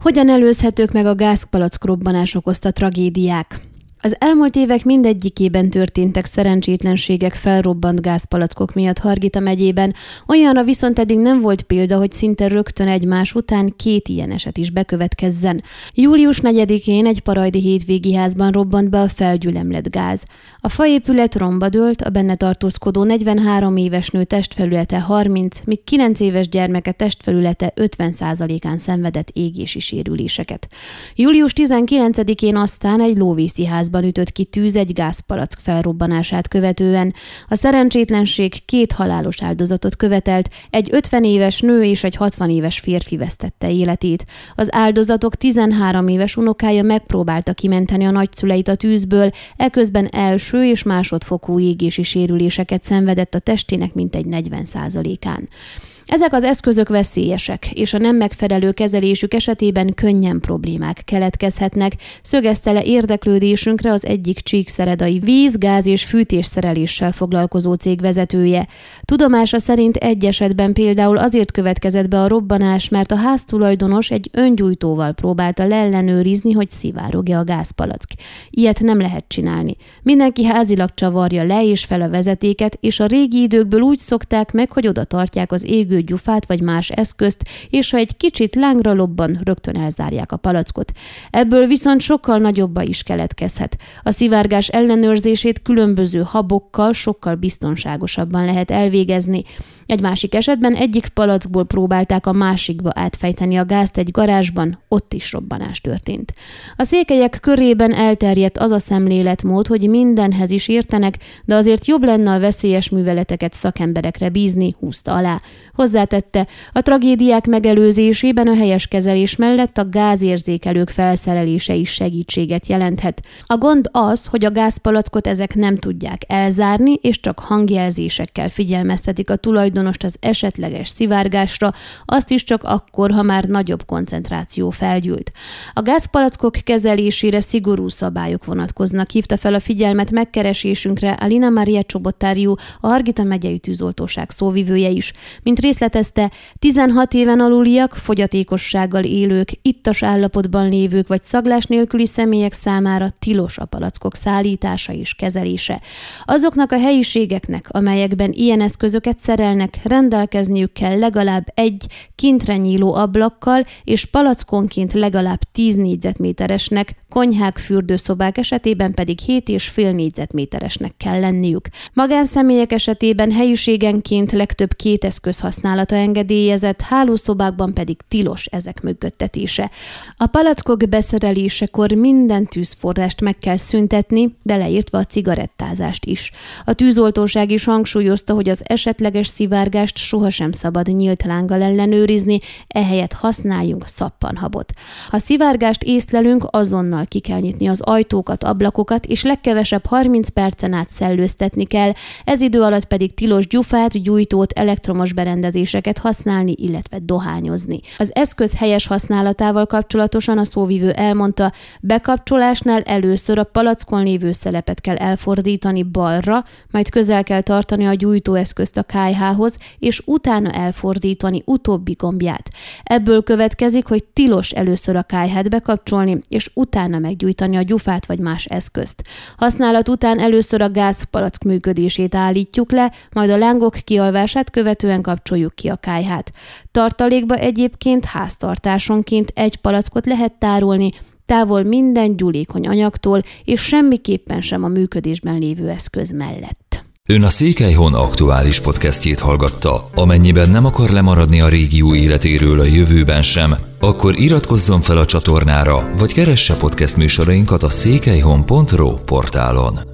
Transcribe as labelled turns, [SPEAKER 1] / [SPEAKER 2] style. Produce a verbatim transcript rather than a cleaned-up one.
[SPEAKER 1] Hogyan előzhetők meg a gázpalack robbanás okozta tragédiák? Az elmúlt évek mindegyikében történtek szerencsétlenségek felrobbant gázpalackok miatt Hargita megyében, olyanra viszont eddig nem volt példa, hogy szinte rögtön egymás után két ilyen eset is bekövetkezzen. július negyedikén egy parajdi hétvégi házban robbant be a felgyülemlett gáz. A faépület romba dőlt, a benne tartózkodó negyvenhárom éves nő testfelülete harminc, míg kilenc éves gyermeke testfelülete ötven százalékán szenvedett égési sérüléseket. július tizenkilencedikén aztán egy lóvészi házban ütött ki tűz egy gázpalack felrobbanását követően. A szerencsétlenség két halálos áldozatot követelt, egy ötven éves nő és egy hatvan éves férfi vesztette életét. Az áldozatok tizenhárom éves unokája megpróbálta kimenteni a nagyszüleit a tűzből, eközben első és másodfokú égési sérüléseket szenvedett a testének mintegy negyven százalékán. Ezek az eszközök veszélyesek, és a nem megfelelő kezelésük esetében könnyen problémák keletkezhetnek, szögezte le érdeklődésünkre az egyik csíkszeredai víz, gáz és fűtésszereléssel foglalkozó cég vezetője. Tudomása szerint egy esetben például azért következett be a robbanás, mert a háztulajdonos egy öngyújtóval próbálta leellenőrizni, hogy szivárog-e a gázpalack. Ilyet nem lehet csinálni. Mindenki házilag csavarja le és fel a vezetéket, és a régi időkből úgy szokták meg, hogy oda tartják az égő gyufát vagy más eszközt, és ha egy kicsit lángra lobban, rögtön elzárják a palackot. Ebből viszont sokkal nagyobba is keletkezhet. A szivárgás ellenőrzését különböző habokkal sokkal biztonságosabban lehet elvégezni. Egy másik esetben egyik palackból próbálták a másikba átfejteni a gázt egy garázsban, ott is robbanás történt. A székelyek körében elterjedt az a szemléletmód, hogy mindenhez is értenek, de azért jobb lenne a veszélyes műveleteket szakemberekre bízni, húzta alá. Hozzátette, a tragédiák megelőzésében a helyes kezelés mellett a gázérzékelők felszerelése is segítséget jelenthet. A gond az, hogy a gázpalackot ezek nem tudják elzárni, és csak hangjelzésekkel figyelmeztetik a tulajdonost az esetleges szivárgásra, azt is csak akkor, ha már nagyobb koncentráció felgyűlt. A gázpalackok kezelésére szigorú szabályok vonatkoznak, hívta fel a figyelmet megkeresésünkre a Lina Maria Csobotáriu, a Hargita megyei tűzoltóság szóvivője is. Mint részletezte, tizenhat éven aluliak, fogyatékossággal élők, ittas állapotban lévők vagy szaglás nélküli személyek számára tilos a palackok szállítása és kezelése. Azoknak a helyiségeknek, amelyekben ilyen eszközöket szerelnek, rendelkezniük kell legalább egy kintre nyíló ablakkal, és palackonként legalább tíz négyzetméteresnek, konyhák, fürdőszobák esetében pedig hét és fél négyzetméteresnek kell lenniük. Magánszemélyek esetében helyiségenként legtöbb két eszköz használata engedélyezett, hálószobákban pedig tilos ezek működtetése. A palackok beszerelésekor minden tűzforrást meg kell szüntetni, beleértve a cigarettázást is. A tűzoltóság is hangsúlyozta, hogy az esetleges szivárgást sohasem szabad nyílt lánggal ellenőrizni, ehelyett használjunk szappanhabot. Ha szivárgást észlelünk, azonnal ki kell nyitni az ajtókat, ablakokat, és legkevesebb harminc percen át szellőztetni kell, ez idő alatt pedig tilos gyufát, gyújtót, elektromos berendezéseket használni, illetve dohányozni. Az eszköz helyes használatával kapcsolatosan a szóvivő elmondta, bekapcsolásnál először a palackon lévő szelepet kell elfordítani balra, majd közel kell tartani a gyújtóeszközt a kályhához, és utána elfordítani utóbbi gombját. Ebből következik, hogy tilos először a kályhát bekapcsolni, és utána meggyújtani a gyufát vagy más eszközt. Használat után először a gázpalack működését állítjuk le, majd a lángok kialvását követően kapcsoljuk ki a kályhát. Tartalékba egyébként háztartásonként egy palackot lehet tárolni, távol minden gyúlékony anyagtól, és semmiképpen sem a működésben lévő eszköz mellett.
[SPEAKER 2] Ön a Székelyhon aktuális podcastjét hallgatta. Amennyiben nem akar lemaradni a régió életéről a jövőben sem, akkor iratkozzon fel a csatornára, vagy keresse podcast műsorainkat a székelyhon pont ro portálon.